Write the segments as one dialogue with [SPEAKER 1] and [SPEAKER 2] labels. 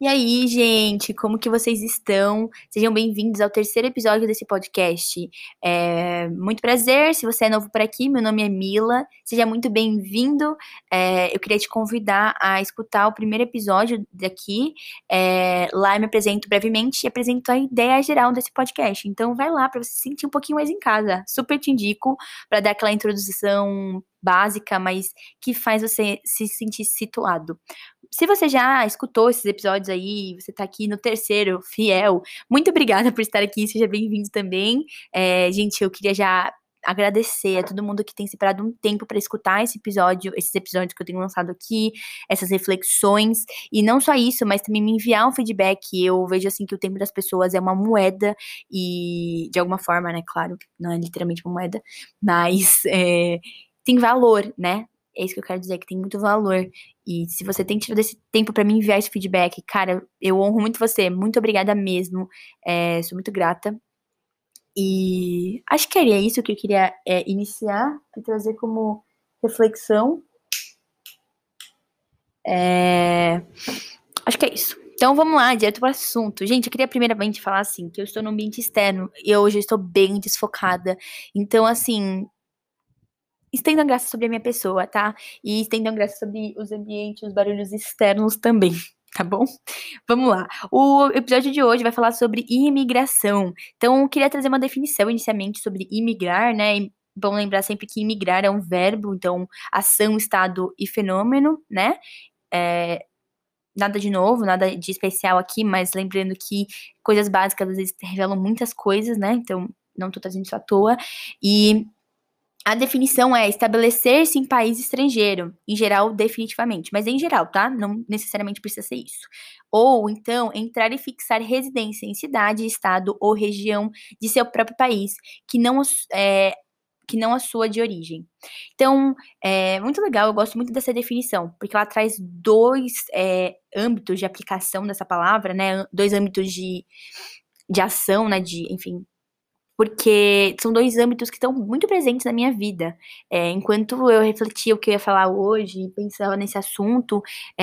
[SPEAKER 1] E aí, gente, como que vocês estão? Sejam bem-vindos ao terceiro episódio desse podcast. Muito prazer, se você é novo por aqui, meu nome é Mila, seja muito bem-vindo. Eu queria te convidar a escutar o primeiro episódio daqui. Lá eu me apresento brevemente e apresento a ideia geral desse podcast. Então vai lá para você se sentir um pouquinho mais em casa. Super te indico para dar aquela introdução básica, mas que faz você se sentir situado. Se você já escutou esses episódios aí, você tá aqui no terceiro, fiel, muito obrigada por estar aqui, seja bem-vindo também. Gente, eu queria já agradecer a todo mundo que tem separado um tempo para escutar esses episódios que eu tenho lançado aqui, essas reflexões, e não só isso, mas também me enviar um feedback. Eu vejo assim que o tempo das pessoas é uma moeda, e de alguma forma, né, claro, não é literalmente uma moeda, mas tem valor, né? É isso que eu quero dizer, que tem muito valor. E se você tem tirado esse tempo pra me enviar esse feedback, cara, eu honro muito você. Muito obrigada mesmo. Sou muito grata. E acho que era isso que eu queria iniciar e trazer como reflexão. Acho que é isso. Então vamos lá, direto para o assunto. Gente, eu queria primeiramente falar assim, que eu estou no ambiente externo e hoje eu estou bem desfocada. Então, assim, estendam graça sobre a minha pessoa, tá? E estendam graça sobre os ambientes, os barulhos externos também, tá bom? Vamos lá. O episódio de hoje vai falar sobre imigração. Então, eu queria trazer uma definição inicialmente sobre imigrar, né? E vamos lembrar sempre que imigrar é um verbo, então ação, estado e fenômeno, né? Nada de novo, nada de especial aqui, mas lembrando que coisas básicas às vezes revelam muitas coisas, né? Então, não tô trazendo isso à toa. E a definição é estabelecer-se em país estrangeiro, em geral, definitivamente, mas em geral, tá? Não necessariamente precisa ser isso. Ou, então, entrar e fixar residência em cidade, estado ou região de seu próprio país, que não, que não a sua de origem. Então, é muito legal, eu gosto muito dessa definição, porque ela traz dois âmbitos de aplicação dessa palavra, né? Dois âmbitos de ação, né? Enfim, porque são dois âmbitos que estão muito presentes na minha vida. Enquanto eu refletia o que eu ia falar hoje, pensava nesse assunto,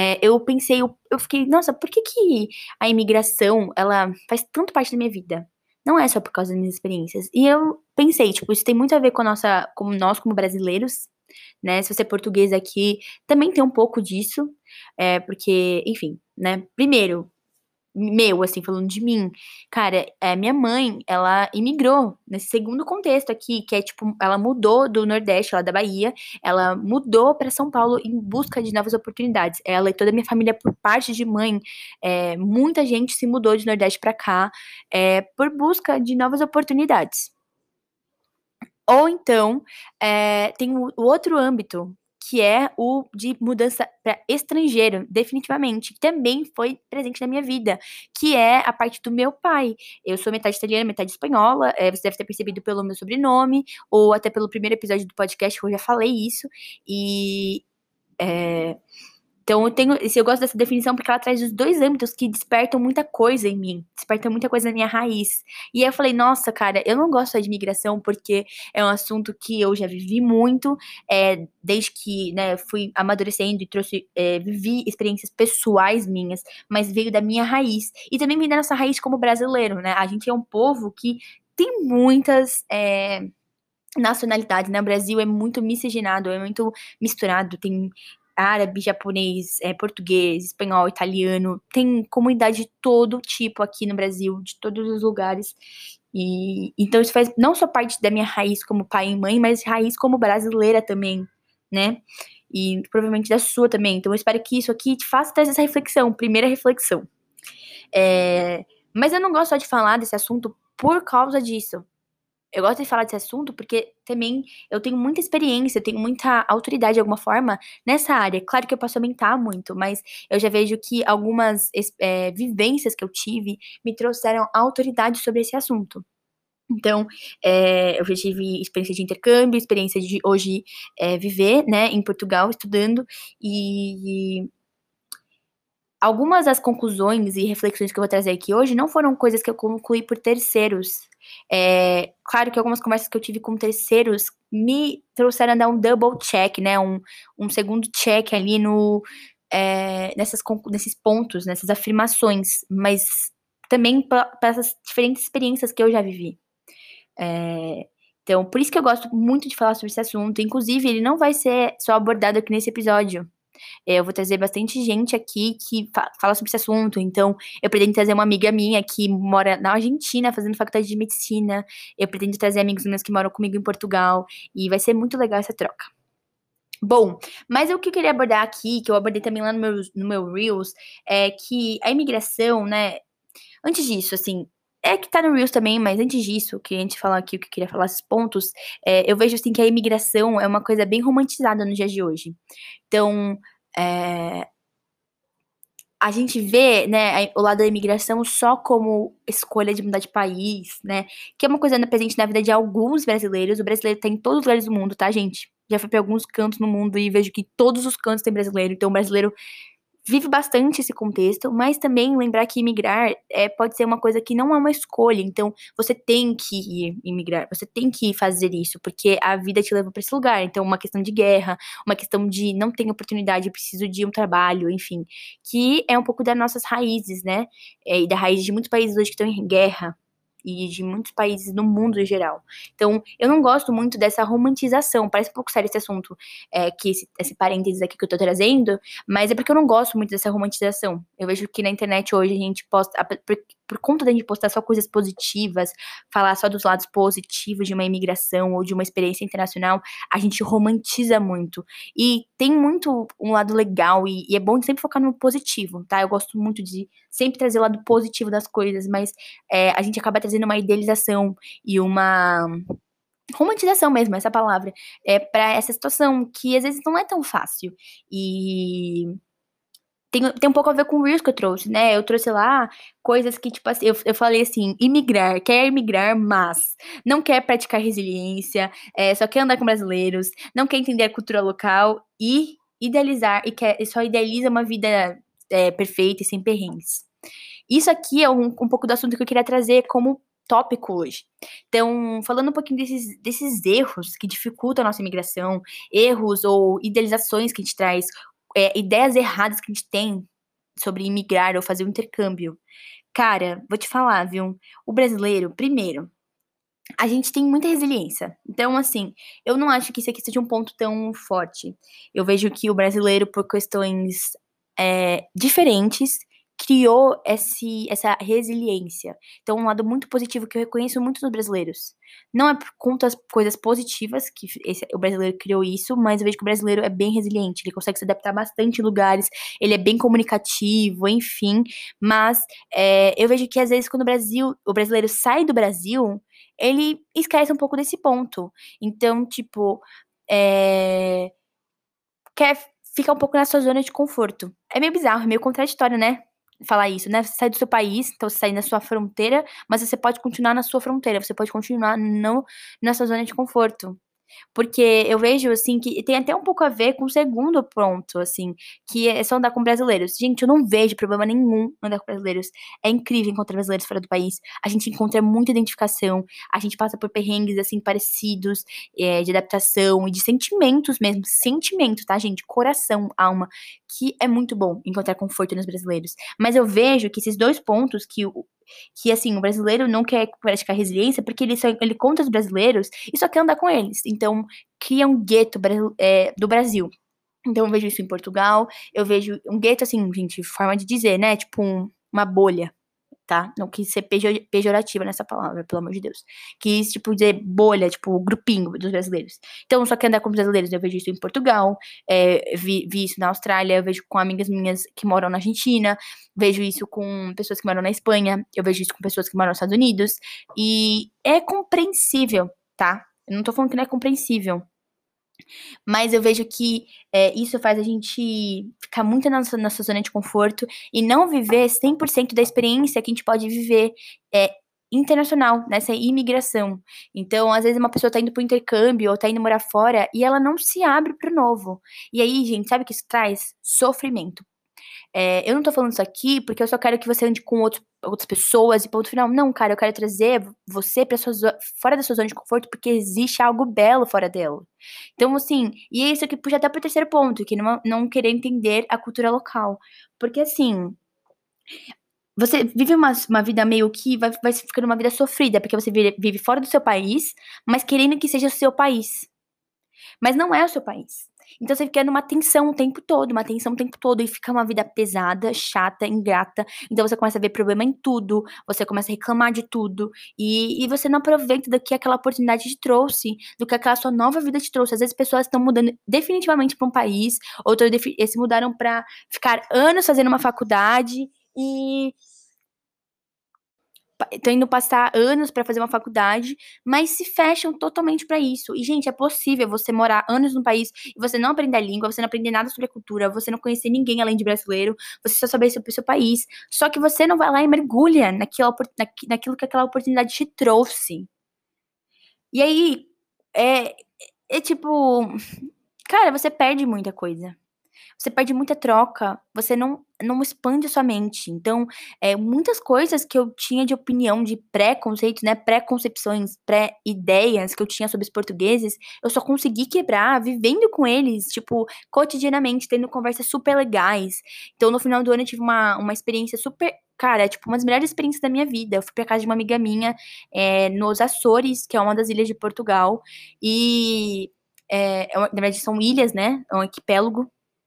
[SPEAKER 1] eu fiquei, nossa, por que a imigração, ela faz tanto parte da minha vida? Não é só por causa das minhas experiências. E eu pensei, tipo, isso tem muito a ver com a nossa, como nós como brasileiros, né? Se você é português aqui, também tem um pouco disso, porque, enfim, né? Primeiro, meu, assim, falando de mim, cara, minha mãe, ela imigrou nesse segundo contexto aqui, que é tipo, ela mudou do Nordeste, lá da Bahia, ela mudou pra São Paulo em busca de novas oportunidades. Ela e toda a minha família, por parte de mãe, muita gente se mudou de Nordeste pra cá, por busca de novas oportunidades. Ou então, tem o outro âmbito, que é o de mudança para estrangeiro, definitivamente, que também foi presente na minha vida, que é a parte do meu pai. Eu sou metade italiana, metade espanhola, você deve ter percebido pelo meu sobrenome, ou até pelo primeiro episódio do podcast, que eu já falei isso, e é, então eu gosto dessa definição porque ela traz os dois âmbitos que despertam muita coisa em mim, despertam muita coisa na minha raiz. E aí eu falei, nossa, cara, eu não gosto só de migração porque é um assunto que eu já vivi muito, desde que, né, fui amadurecendo e vivi experiências pessoais minhas, mas veio da minha raiz. E também vem da nossa raiz como brasileiro, né? A gente é um povo que tem muitas nacionalidades, né? O Brasil é muito miscigenado, é muito misturado, tem árabe, japonês, português, espanhol, italiano, tem comunidade de todo tipo aqui no Brasil, de todos os lugares. E então isso faz não só parte da minha raiz como pai e mãe, mas raiz como brasileira também, né? E provavelmente da sua também. Então eu espero que isso aqui te faça trazer essa reflexão, primeira reflexão. Mas eu não gosto só de falar desse assunto por causa disso. Eu gosto de falar desse assunto porque também eu tenho muita experiência, eu tenho muita autoridade de alguma forma nessa área. Claro que eu posso aumentar muito, mas eu já vejo que algumas vivências que eu tive me trouxeram autoridade sobre esse assunto. Então, eu já tive experiência de intercâmbio, experiência de hoje viver, né, em Portugal, estudando, e algumas das conclusões e reflexões que eu vou trazer aqui hoje não foram coisas que eu concluí por terceiros. Claro que algumas conversas que eu tive com terceiros me trouxeram a dar um double check, né? Um segundo check ali no. nesses pontos, nessas afirmações, mas também para essas diferentes experiências que eu já vivi. Então, por isso que eu gosto muito de falar sobre esse assunto. Inclusive, ele não vai ser só abordado aqui nesse episódio. Eu vou trazer bastante gente aqui que fala sobre esse assunto. Então, eu pretendo trazer uma amiga minha que mora na Argentina, fazendo faculdade de medicina. Eu pretendo trazer amigos meus que moram comigo em Portugal. E vai ser muito legal essa troca. Bom, mas o que eu queria abordar aqui, que eu abordei também lá no meu Reels, é que a imigração, né? Antes disso, assim, é que tá no Reels também, mas antes disso, que a gente falar aqui, o que eu queria falar, esses pontos, eu vejo, assim, que a imigração é uma coisa bem romantizada nos dias de hoje. Então, a gente vê, né, o lado da imigração só como escolha de mudar de país, né, que é uma coisa presente na vida de alguns brasileiros. O brasileiro tá em todos os lugares do mundo, tá, gente? Já fui pra alguns cantos no mundo e vejo que todos os cantos tem brasileiro, então o brasileiro vive bastante esse contexto, mas também lembrar que imigrar pode ser uma coisa que não é uma escolha. Então, você tem que ir imigrar, você tem que fazer isso, porque a vida te leva para esse lugar. Então, uma questão de guerra, uma questão de não ter oportunidade, preciso de um trabalho, enfim, que é um pouco das nossas raízes, né? E da raiz de muitos países hoje que estão em guerra. E de muitos países no mundo em geral. Então, eu não gosto muito dessa romantização. Parece um pouco sério esse assunto, que esse parênteses aqui que eu tô trazendo, mas é porque eu não gosto muito dessa romantização. Eu vejo que na internet hoje a gente posta, por conta da gente postar só coisas positivas, falar só dos lados positivos de uma imigração ou de uma experiência internacional, a gente romantiza muito. E tem muito um lado legal e é bom sempre focar no positivo, tá? Eu gosto muito de sempre trazer o lado positivo das coisas, mas a gente acaba trazendo uma idealização e uma romantização mesmo, essa palavra, para essa situação que às vezes não é tão fácil. E tem um pouco a ver com o Reels que eu trouxe, né? Eu trouxe lá coisas que, tipo assim, eu falei assim, quer imigrar, mas não quer praticar resiliência, só quer andar com brasileiros, não quer entender a cultura local e idealizar, e só idealiza uma vida perfeita e sem perrengues. Isso aqui é um pouco do assunto que eu queria trazer como tópico hoje. Então, falando um pouquinho desses erros que dificultam a nossa imigração, erros ou idealizações que a gente traz, ideias erradas que a gente tem sobre imigrar ou fazer um intercâmbio. Cara, vou te falar, viu? O brasileiro, primeiro, a gente tem muita resiliência. Então, assim, eu não acho que isso aqui seja um ponto tão forte. Eu vejo que o brasileiro, por questões diferentes, criou essa resiliência. Então, um lado muito positivo que eu reconheço muito dos brasileiros. Não é por conta das coisas positivas que o brasileiro criou isso, mas eu vejo que o brasileiro é bem resiliente. Ele consegue se adaptar bastante em lugares, ele é bem comunicativo, enfim. Mas eu vejo que, às vezes, quando o brasileiro sai do Brasil, ele esquece um pouco desse ponto. Então, tipo, quer ficar um pouco na sua zona de conforto. É meio bizarro, é meio contraditório, né? Falar isso, né? Você sai do seu país, então você sai da sua fronteira, mas você pode continuar na sua fronteira, você pode continuar na sua zona de conforto. Porque eu vejo, assim, que tem até um pouco a ver com o segundo ponto, assim, que é só andar com brasileiros. Gente, eu não vejo problema nenhum em andar com brasileiros. É incrível encontrar brasileiros fora do país. A gente encontra muita identificação, a gente passa por perrengues, assim, parecidos, de adaptação e de sentimentos mesmo. Sentimento, tá, gente? Coração, alma, que é muito bom encontrar conforto nos brasileiros. Mas eu vejo que esses dois pontos que assim, o brasileiro não quer praticar resiliência porque ele conta os brasileiros e só quer andar com eles. Então, cria um gueto do Brasil. Então, eu vejo isso em Portugal, eu vejo um gueto, assim, gente, forma de dizer, né? Tipo, uma bolha, tá? Não quis ser pejorativa nessa palavra, pelo amor de Deus. Quis, tipo, dizer bolha, tipo, grupinho dos brasileiros. Então, só que andar com brasileiros, eu vejo isso em Portugal, vi isso na Austrália, eu vejo com amigas minhas que moram na Argentina, vejo isso com pessoas que moram na Espanha, eu vejo isso com pessoas que moram nos Estados Unidos, e é compreensível, tá? Eu não tô falando que não é compreensível, mas eu vejo que isso faz a gente ficar muito na nossa zona de conforto e não viver 100% da experiência que a gente pode viver internacional, nessa imigração. Então, às vezes uma pessoa tá indo pro intercâmbio ou tá indo morar fora e ela não se abre pro novo. E aí, gente, sabe o que isso traz? Sofrimento. Eu não tô falando isso aqui porque eu só quero que você ande com outras pessoas e ponto final. Não, cara, eu quero trazer você pra fora da sua zona de conforto porque existe algo belo fora dela. Então, assim, e é isso que puxa até pro terceiro ponto, que não querer entender a cultura local. Porque, assim, você vive uma vida meio que vai ficando uma vida sofrida, porque você vive fora do seu país, mas querendo que seja o seu país. Mas não é o seu país. Então você fica numa tensão o tempo todo, uma tensão o tempo todo, e fica uma vida pesada, chata, ingrata. Então você começa a ver problema em tudo, você começa a reclamar de tudo, e você não aproveita do que aquela oportunidade te trouxe, do que aquela sua nova vida te trouxe. Às vezes pessoas estão mudando definitivamente para um país, outras se mudaram para ficar anos fazendo uma faculdade e tô indo passar anos pra fazer uma faculdade, mas se fecham totalmente pra isso. E, gente, é possível você morar anos num país e você não aprender a língua, você não aprender nada sobre a cultura, você não conhecer ninguém além de brasileiro, você só saber sobre o seu país. Só que você não vai lá e mergulha naquilo que aquela oportunidade te trouxe. E aí, é, é tipo, cara, você perde muita coisa. Você perde muita troca, você não expande a sua mente. Então, muitas coisas que eu tinha de opinião, de preconceitos, né, pré-concepções, pré-ideias que eu tinha sobre os portugueses, eu só consegui quebrar vivendo com eles, tipo, cotidianamente, tendo conversas super legais. Então, no final do ano, eu tive uma experiência super. Cara, tipo, uma das melhores experiências da minha vida. Eu fui pra casa de uma amiga minha, nos Açores, que é uma das ilhas de Portugal. E. Na verdade, são ilhas, né? É um arquipélago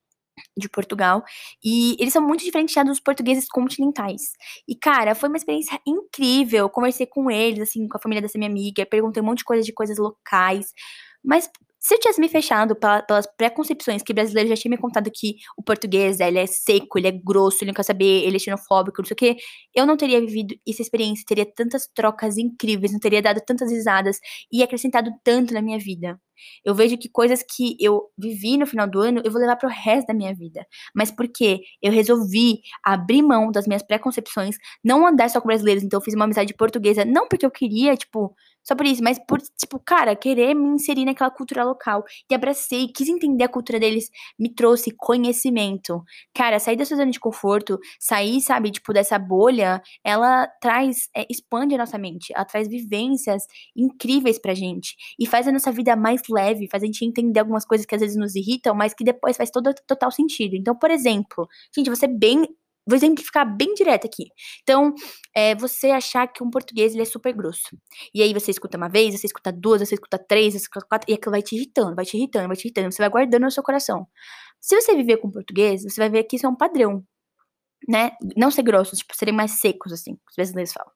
[SPEAKER 1] de Portugal, e eles são muito diferenciados dos portugueses continentais. E, cara, foi uma experiência incrível. Eu conversei com eles, assim, com a família dessa minha amiga, perguntei um monte de coisas locais, mas se eu tivesse me fechado pelas preconcepções que o brasileiro já tinha me contado que o português, ele é seco, ele é grosso, ele não quer saber, ele é xenofóbico, não sei o quê, eu não teria vivido essa experiência, teria tantas trocas incríveis, não teria dado tantas risadas e acrescentado tanto na minha vida. Eu vejo que coisas que eu vivi no final do ano, eu vou levar pro resto da minha vida. Mas porque eu resolvi abrir mão das minhas preconcepções, não andar só com brasileiros, então eu fiz uma amizade portuguesa, não porque eu queria, tipo, só por isso, mas por, tipo, cara, querer me inserir naquela cultura local. E abracei, quis entender a cultura deles, me trouxe conhecimento. Cara, sair da sua zona de conforto, sair, sabe, tipo, dessa bolha, ela traz, expande a nossa mente, ela traz vivências incríveis pra gente. E faz a nossa vida mais leve, faz a gente entender algumas coisas que às vezes nos irritam, mas que depois faz todo total sentido. Então, por exemplo, gente, vou exemplificar bem direto aqui. Então, você achar que um português ele é super grosso. E aí você escuta uma vez, você escuta duas, você escuta três, você escuta quatro, e aquilo vai te irritando, vai te irritando, vai te irritando, você vai guardando no seu coração. Se você viver com português, você vai ver que isso é um padrão, né? Não ser grossos, tipo, serem mais secos, assim, os brasileiros falam.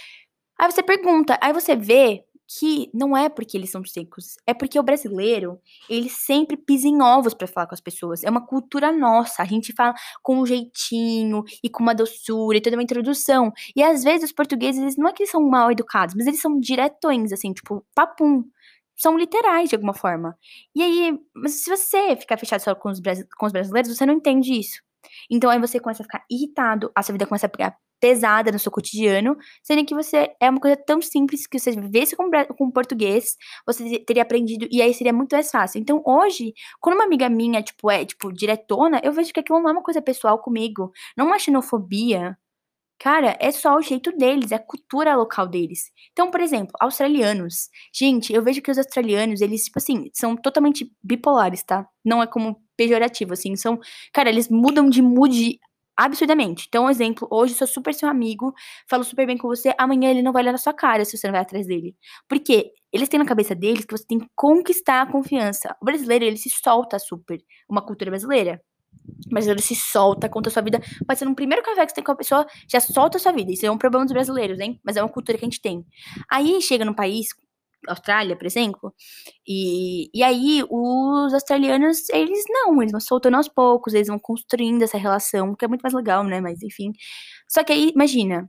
[SPEAKER 1] Aí você pergunta, aí você vê que não é porque eles são secos, é porque o brasileiro, ele sempre pisa em ovos pra falar com as pessoas. É uma cultura nossa, a gente fala com um jeitinho e com uma doçura e toda uma introdução. E às vezes os portugueses, não é que eles são mal educados, mas eles são diretões, assim, tipo, papum. São literais de alguma forma. E aí, mas se você ficar fechado só com os brasileiros, você não entende isso. Então aí você começa a ficar irritado, a sua vida começa a ficar pesada no seu cotidiano, sendo que você é uma coisa tão simples que se você vivesse com português, você teria aprendido e aí seria muito mais fácil. Então, hoje, quando uma amiga minha, tipo, tipo, diretona, eu vejo que aquilo não é uma coisa pessoal comigo, não é uma xenofobia. Cara, é só o jeito deles, é a cultura local deles. Então, por exemplo, australianos. Gente, eu vejo que os australianos, eles, tipo assim, são totalmente bipolares, tá? Não é como pejorativo, assim, são. Cara, eles mudam de mood absurdamente. Então, um exemplo, hoje sou super seu amigo, falo super bem com você, amanhã ele não vai olhar na sua cara se você não vai atrás dele. Porque eles têm na cabeça deles que você tem que conquistar a confiança. O brasileiro, ele se solta super. Uma cultura brasileira. Mas ele se solta, conta a sua vida. Pode ser no primeiro café que você tem com a pessoa, já solta a sua vida. Isso é um problema dos brasileiros, hein? Mas é uma cultura que a gente tem. Aí chega num país, Austrália, por exemplo, e aí os australianos, eles vão soltando aos poucos, eles vão construindo essa relação, que é muito mais legal, né? Mas enfim. Só que aí, imagina,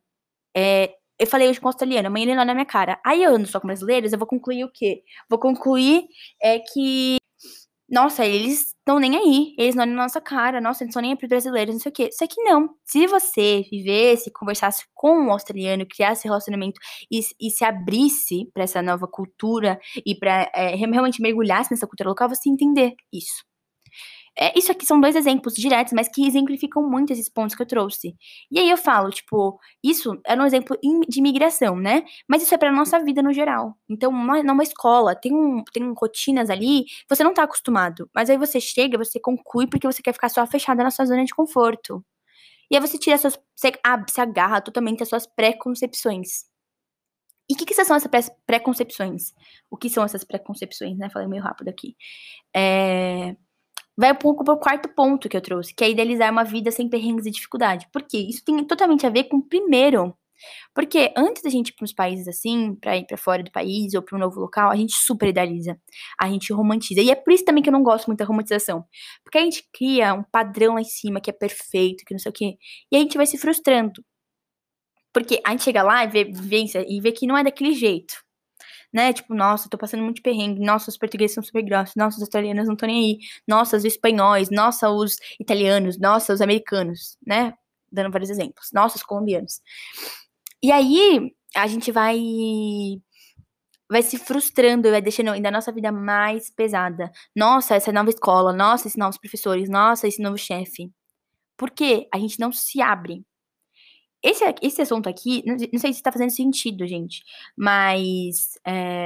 [SPEAKER 1] eu falei hoje com o australiano, amanhã ele não olha na minha cara. Aí eu ando só com brasileiros, eu vou concluir o quê? Vou concluir que nossa, eles estão nem aí, eles não olham na nossa cara, nossa, eles estão nem aí pros brasileiros, não sei o quê. Só que não, se você vivesse, conversasse com um australiano, criasse relacionamento e se abrisse pra essa nova cultura e pra realmente mergulhasse nessa cultura local, você ia entender isso. Isso aqui são 2 exemplos diretos, mas que exemplificam muito esses pontos que eu trouxe. E aí eu falo, tipo, isso é um exemplo de imigração, né? Mas isso é pra nossa vida no geral. Então, numa escola, tem rotinas ali que você não tá acostumado. Mas aí você chega, você conclui porque você quer ficar só fechada na sua zona de conforto. E aí você tira se agarra totalmente às suas preconcepções. E o que são essas preconcepções? O que são essas preconcepções, né? Falei meio rápido aqui. Vai um pouco pro quarto ponto que eu trouxe, que é idealizar uma vida sem perrengues e dificuldade. Por quê? Isso tem totalmente a ver com o primeiro. Porque antes da gente ir para uns países assim, pra ir pra fora do país ou pra um novo local, a gente super idealiza. A gente romantiza. E é por isso também que eu não gosto muito da romantização. Porque a gente cria um padrão lá em cima que é perfeito, que não sei o quê. E a gente vai se frustrando. Porque a gente chega lá e vê que não é daquele jeito. Né? Tipo, nossa, tô passando muito perrengue. Nossa, os portugueses são super grossos. Nossa, os australianos não estão nem aí. Nossa, os espanhóis. Nossa, os italianos. Nossa, os americanos, né? Dando vários exemplos. Nossa, os colombianos. E aí, a gente vai se frustrando e vai deixando ainda a nossa vida mais pesada. Nossa, essa nova escola. Nossa, esses novos professores. Nossa, esse novo chefe. Por quê? A gente não se abre. Esse assunto aqui, não sei se tá fazendo sentido, gente, mas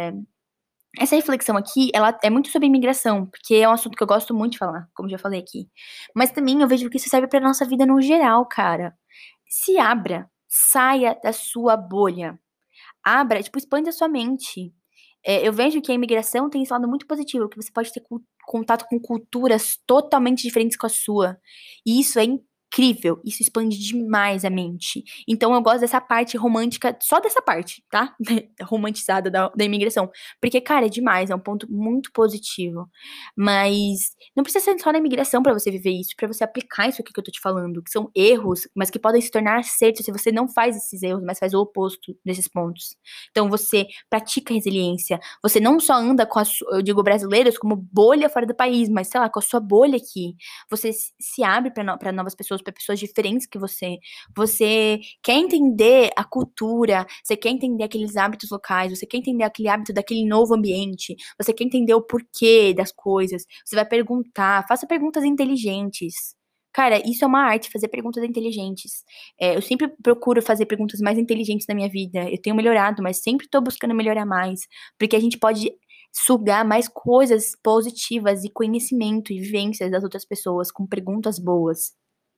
[SPEAKER 1] essa reflexão aqui, ela é muito sobre imigração, porque é um assunto que eu gosto muito de falar, como já falei aqui. Mas também eu vejo que isso serve pra nossa vida no geral, cara. Se abra, saia da sua bolha. Abra, tipo, expande a sua mente. Eu vejo que a imigração tem esse lado muito positivo, que você pode ter contato com culturas totalmente diferentes com a sua. E isso é incrível, isso expande demais a mente. Então eu gosto dessa parte romântica, só dessa parte, tá? Romantizada da imigração. Porque, cara, é demais, é um ponto muito positivo. Mas não precisa ser só na imigração pra você viver isso, pra você aplicar isso aqui que eu tô te falando, que são erros, mas que podem se tornar acertos se você não faz esses erros, mas faz o oposto desses pontos. Então você pratica resiliência. Você não só anda com eu digo brasileiros como bolha fora do país, mas sei lá, com a sua bolha aqui. Você se abre para novas pessoas, para pessoas diferentes que você. Você quer entender a cultura, você quer entender aqueles hábitos locais, você quer entender aquele hábito daquele novo ambiente, você quer entender o porquê das coisas. Você vai perguntar, faça perguntas inteligentes. Cara, isso é uma arte, fazer perguntas inteligentes. Eu sempre procuro fazer perguntas mais inteligentes na minha vida. Eu tenho melhorado, mas sempre tô buscando melhorar mais. Porque a gente pode sugar mais coisas positivas e conhecimento e vivências das outras pessoas com perguntas boas.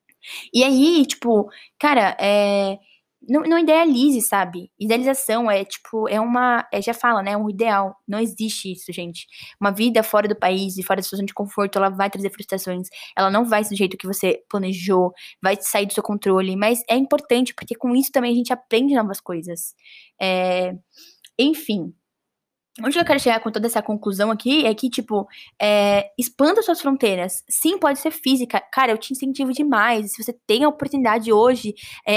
[SPEAKER 1] E aí, tipo, cara, não idealize, sabe? Idealização é, tipo, já fala, né? É um ideal. Não existe isso, gente. Uma vida fora do país e fora da sua zona de conforto, ela vai trazer frustrações. Ela não vai ser do jeito que você planejou, vai sair do seu controle. Mas é importante, porque com isso também a gente aprende novas coisas. É, enfim. Onde eu quero chegar com toda essa conclusão aqui é que, tipo, expanda suas fronteiras. Sim, pode ser física. Cara, eu te incentivo demais. Se você tem a oportunidade hoje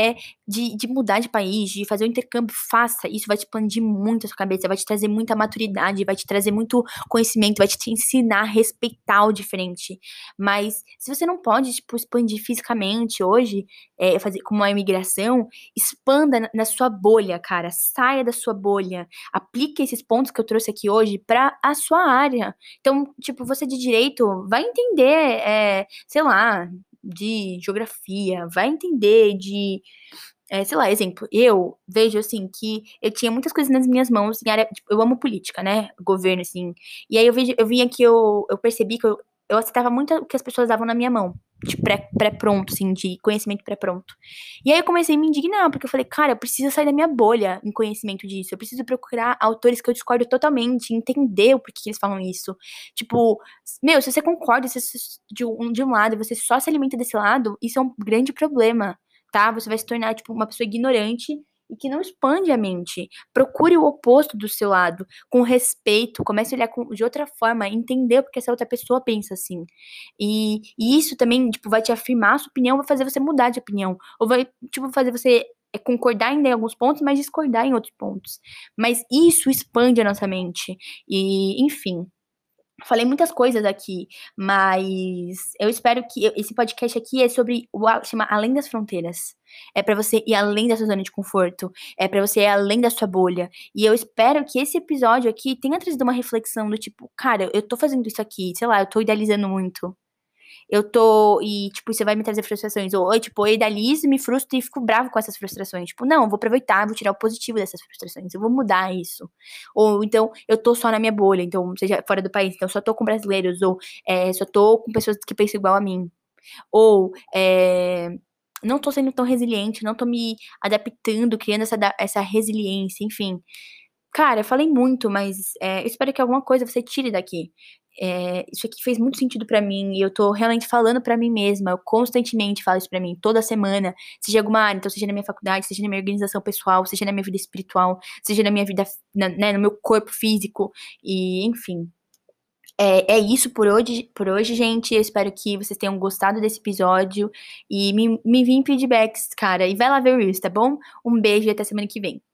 [SPEAKER 1] de mudar de país, de fazer o intercâmbio, faça. Isso vai te expandir muito a sua cabeça, vai te trazer muita maturidade, vai te trazer muito conhecimento, vai te ensinar a respeitar o diferente. Mas se você não pode, tipo, expandir fisicamente hoje, fazer como uma imigração, expanda na sua bolha, cara. Saia da sua bolha. Aplique esses pontos que eu trouxe aqui hoje para a sua área. Então, tipo, você de direito vai entender, sei lá, de geografia, vai entender sei lá, exemplo, eu vejo, assim, que eu tinha muitas coisas nas minhas mãos em área, tipo, eu amo política, né, governo, assim, e aí eu vinha que eu percebi que eu aceitava muito o que as pessoas davam na minha mão, de pré-pronto, assim, de conhecimento pré-pronto. E aí eu comecei a me indignar, porque eu falei, cara, eu preciso sair da minha bolha em conhecimento disso, eu preciso procurar autores que eu discordo totalmente, entender o porquê eles falam isso. Tipo, meu, se você concorda de um lado e você só se alimenta desse lado, isso é um grande problema, tá? Você vai se tornar, tipo, uma pessoa ignorante e que não expande a mente. Procure o oposto do seu lado, com respeito, comece a olhar de outra forma, entender porque essa outra pessoa pensa assim. E isso também, tipo, vai te afirmar a sua opinião, vai fazer você mudar de opinião. Ou vai, tipo, fazer você concordar ainda em alguns pontos, mas discordar em outros pontos. Mas isso expande a nossa mente. E, enfim. Falei muitas coisas aqui, mas eu espero que esse podcast aqui é sobre chama Além das Fronteiras. É pra você ir além da sua zona de conforto, é pra você ir além da sua bolha. E eu espero que esse episódio aqui tenha trazido uma reflexão do tipo, cara, eu tô fazendo isso aqui, sei lá, eu tô idealizando muito. tipo, você vai me trazer frustrações. Ou, tipo, eu idealizo, me frustro e fico bravo com essas frustrações. Tipo, não, eu vou aproveitar, vou tirar o positivo dessas frustrações, eu vou mudar isso. Ou, então, eu tô só na minha bolha, então, seja fora do país, então, só tô com brasileiros, ou só tô com pessoas que pensam igual a mim. Ou, não tô sendo tão resiliente, não tô me adaptando, criando essa resiliência, enfim. Cara, eu falei muito, mas eu espero que alguma coisa você tire daqui. Isso aqui fez muito sentido pra mim e eu tô realmente falando pra mim mesma. Eu constantemente falo isso pra mim, toda semana, seja em alguma área, então seja na minha faculdade, seja na minha organização pessoal, seja na minha vida espiritual, seja na minha vida, né, no meu corpo físico, e enfim. É isso por hoje, gente. Eu espero que vocês tenham gostado desse episódio e me enviem feedbacks, cara. E vai lá ver o Reels, tá bom? Um beijo e até semana que vem.